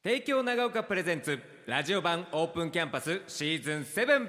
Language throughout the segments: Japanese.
帝京長岡プレゼンツラジオ版オープンキャンパスシーズン7。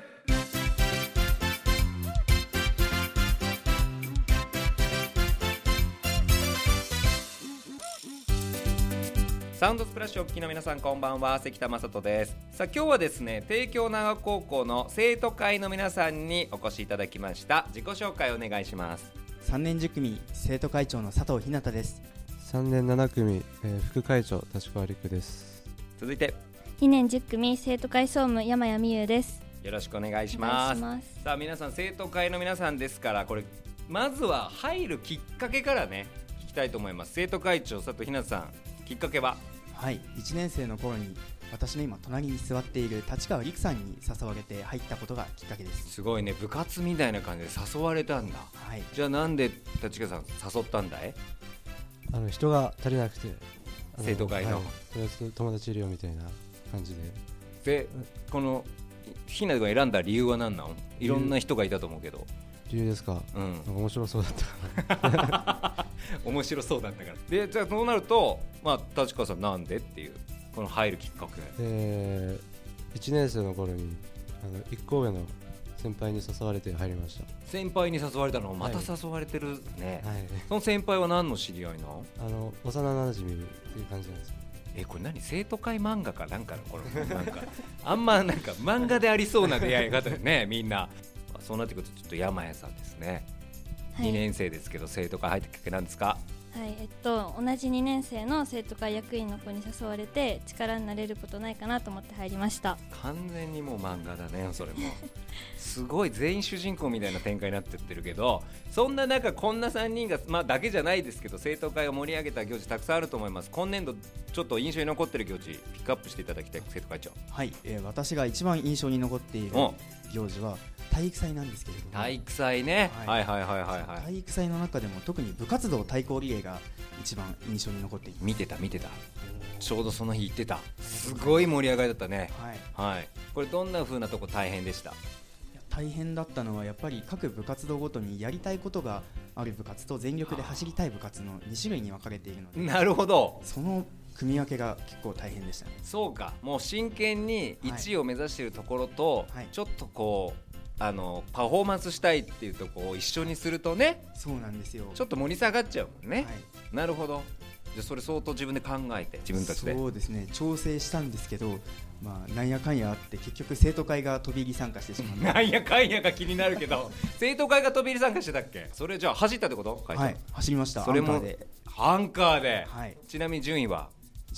サウンドスプラッシュお聞きの皆さん、こんばんは。関田正人です。さあ、今日はですね、帝京長岡高校の生徒会の皆さんにお越しいただきました。自己紹介お願いします。 3年10組生徒会長の佐藤ひなたです。 3年7組、副会長立川陸です。 続いて 2年10組生徒会総務山谷美優です。 よろしくお願いします。さあ、皆さん生徒会の皆さんですから、これまずは入るきっかけからね聞きたいと思います。生徒会長佐藤ひなたさん、きっかけは？ はい、1年生の頃に私の今隣に座っている立川陸さんに誘われて入ったことがきっかけです。 すごいね、部活みたいな感じで誘われたんだ。 はい、 じゃあなんで立川さん誘ったんだい？ 人が足りなくて、 生徒会の、 はい、とりあえず友達いるよみたいな感じで、このひなたが選んだ理由は何なの？いろんな人がいたと思うけど。 理由ですか？なんか面白そうだったから面白そうだったから。で、じゃあそうなると、立川さんなんでっていうこの入るきっかけ。 1年生の頃に1校上の先輩に誘われて入りました。 先輩に誘われたの？また誘われてるね、 はい、 その先輩は何の知り合いなの？ 幼馴染っていう感じなんですよ。 これ何？生徒会漫画かなんかのこれなんかあんまなんか漫画でありそうな出会い方でねみんな。そうなってくるとちょっと山谷さんですね、はい、2年生ですけど生徒会入ったきっかけなんですか？ はい、同じ2年生の生徒会役員の子に誘われて力になれることないかなと思って入りました。 完全にもう漫画だねそれもすごい全員主人公みたいな展開になってってるけど、そんな中こんな3人が、だけじゃないですけど生徒会を盛り上げた行事たくさんあると思います。今年度ちょっと印象に残ってる行事ピックアップしていただきたい。生徒会長。 はい、私が一番印象に残っている行事は体育祭なんですけれども。 体育祭ね、はい、 体育祭の中でも特に部活動対抗リレーが一番印象に残っています。 見てたちょうどその日行ってた。すごい盛り上がりだったね。はい、これどんな風なとこ大変でした？ 大変だったのはやっぱり各部活動ごとにやりたいことがある部活と全力で走りたい部活の2種類に分かれているので。なるほど。 その組み分けが結構大変でしたね。 そうか、もう真剣に1位を目指しているところと、ちょっとこうパフォーマンスしたいっていうところを一緒にするとね。 そうなんですよ。 ちょっと盛り下がっちゃうもんね、なるほど。じゃあそれ相当自分で考えて自分たちで。 そうですね、調整したんですけど、なんやかんやあって結局生徒会が飛び入り参加してしまったなんやかんやが気になるけど生徒会が飛び入り参加してたっけ？それじゃあ走ったってこと？ はい、走りました。 それもアンカーで、ちなみに順位は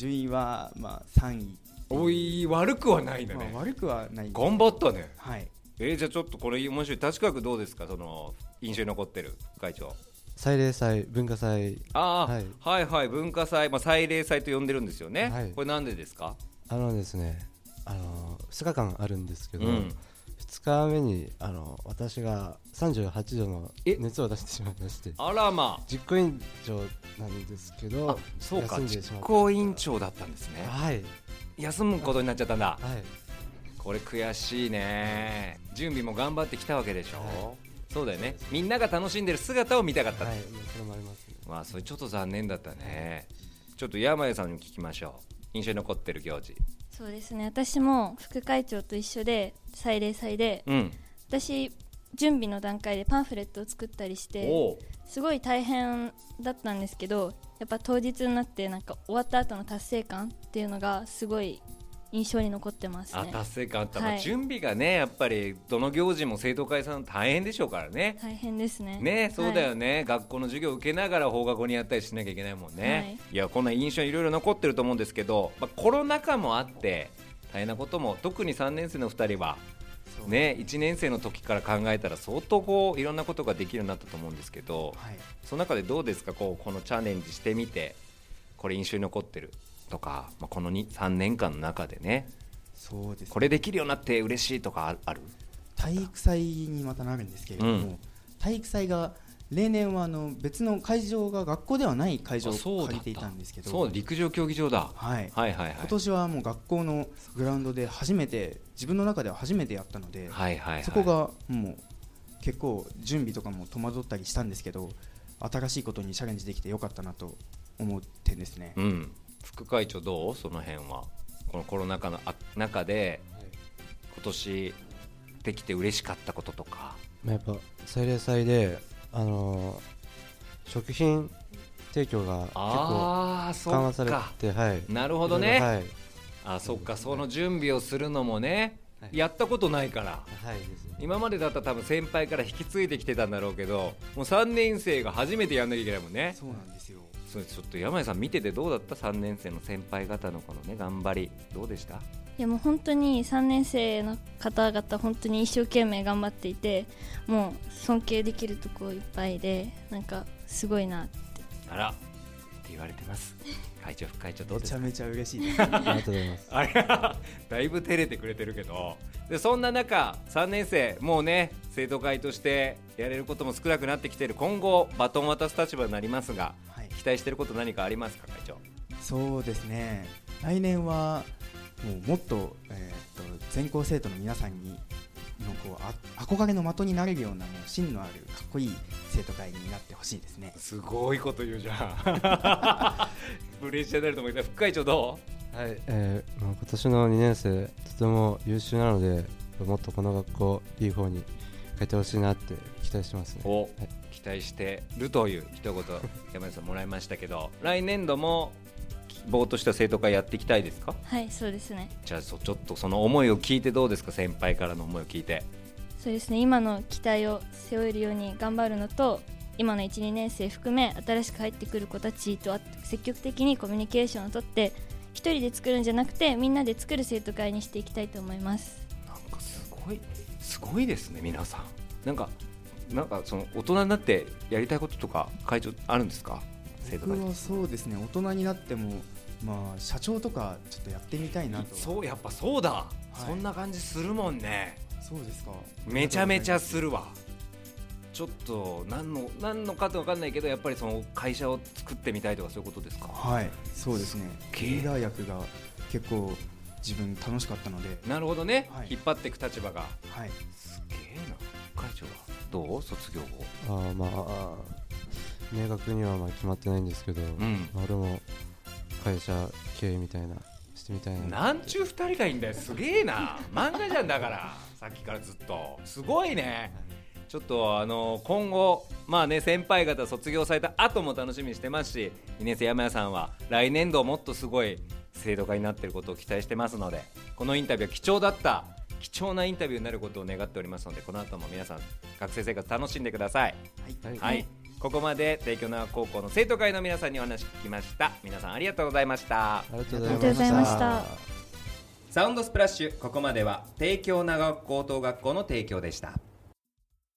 3位。 おい、悪くはないんだね。 悪くはない。 頑張ったね。 はい。 じゃあちょっとこれ面白い。立川君どうですか？その印象に残ってる会長。 祭礼祭、文化祭。 はい文化祭、祭礼祭と呼んでるんですよね、これなんでですか？ ですね、2日間あるんですけど、2日目に私が38度の熱を出してしまいまして。 あらまあ。 実行委員長なんですけど、 そうか、実行委員長だったんですね。 はい。 休むことになっちゃったんだ。 はい。 これ悔しいね。準備も頑張ってきたわけでしょ。そうだよね。みんなが楽しんでる姿を見たかった。 はい、それもありますね。 それちょっと残念だったね。ちょっと山谷さんにも聞きましょう。印象に残ってる行事。 そうですね、私も副会長と一緒で祭礼祭で、私準備の段階でパンフレットを作ったりしてすごい大変だったんですけど、やっぱ当日になってなんか終わった後の達成感っていうのがすごい印象に残ってますね。 達成感あった、準備がね、やっぱりどの行事も生徒会さん大変でしょうからね。 大変ですね。 そうだよね、学校の授業を受けながら放課後にやったりしなきゃいけないもんね。いや、こんな印象いろいろ残ってると思うんですけど、コロナ禍もあって大変なことも、特に3年生の2人はね、1年生の時から考えたら相当いろんなことができるようになったと思うんですけど、その中でどうですか？このチャレンジしてみてこれ印象に残ってるとか、この3年間の中でね。 そうですね、 これできるようになって嬉しいとかある？ 体育祭にまたなるんですけれども、体育祭が例年は別の会場が学校ではない会場を借りていたんですけど。 そう、陸上競技場だ。 今年はもう学校のグラウンドで初めて、自分の中では初めてやったので、そこがもう結構準備とかも戸惑ったりしたんですけど、新しいことにチャレンジできてよかったなと思ってんですね。 副会長どう？その辺は。 このコロナ禍の中で今年できて嬉しかったこととか。 やっぱ祭礼祭で食品提供が結構緩和されて、はい、 なるほどね、 はい、 そっか、その準備をするのもね、はい、やったことないから、 はい、ですね、 今までだったら多分先輩から引き継いできてたんだろうけど、もう3年生が初めてやんなきゃいけないもんね。 そうなんですよ。 それちょっと山井さん見ててどうだった？ 3 年生の先輩方のこのね頑張りどうでした？ いやもう本当に3年生の方々本当に一生懸命頑張っていて、もう尊敬できるところいっぱいで、なんかすごいなって。 あらって言われてます会長副会長どうですか？ めちゃめちゃ嬉しいですありがとうございます。 あれだいぶ照れてくれてるけど、でそんな中3年生もうね生徒会としてやれることも少なくなってきている、今後バトンを渡す立場になりますが、はい、期待していること何かありますか会長？ そうですね、来年はもっと、全校生徒の皆さんにのこう憧れの的になれるようなもう芯のあるかっこいい生徒会になってほしいですね。 すごいこと言うじゃんプレッシャーになると思うけど、副会長どう？ はい、今年の2年生とても優秀なので、もっとこの学校いい方に変えてほしいなって期待してますね。 はい、期待してるという一言山根さんもらいましたけど、来年度も希望としては生徒会やっていきたいですか？ はいそうですね。 じゃあちょっとその思いを聞いてどうですか？先輩からの思いを聞いて。 そうですね、今の期待を背負えるように頑張るのと、今の 1,2 年生含め新しく入ってくる子たちと積極的にコミュニケーションをとって、一人で作るんじゃなくてみんなで作る生徒会にしていきたいと思います。 なんかすごいですね皆さん。なんかその大人になってやりたいこととか会長あるんですか？ 僕はそうですね、大人になっても社長とかちょっとやってみたいなと。 そうやっぱそうだ、 はい、 そんな感じするもんね。 そうですか。 めちゃめちゃするわ。ちょっと何のかって分かんないけど、やっぱりその会社を作ってみたいとかそういうことですか？はいそうですね。リーダー役が結構自分楽しかったので。 なるほどね、 はい、 引っ張っていく立場が。 はい、 すげえな。会長はどう？卒業後明確には決まってないんですけど、俺も会社経営みたいなしてみたいな。 なんちゅう2人がいいんだよ。すげえな漫画じゃんだからさっきからずっとすごいね。ちょっと今後先輩方卒業された後も楽しみにしてますし、2年生山谷さんは来年度もっとすごい生徒会になっていることを期待してますので、このインタビューは貴重なインタビューになることを願っておりますので、この後も皆さん学生生活楽しんでください。はい、ここまで帝京長高校の生徒会の皆さんにお話聞きました。皆さんありがとうございました。 ありがとうございました。 サウンドスプラッシュ、ここまでは帝京長高等学校の提供でした。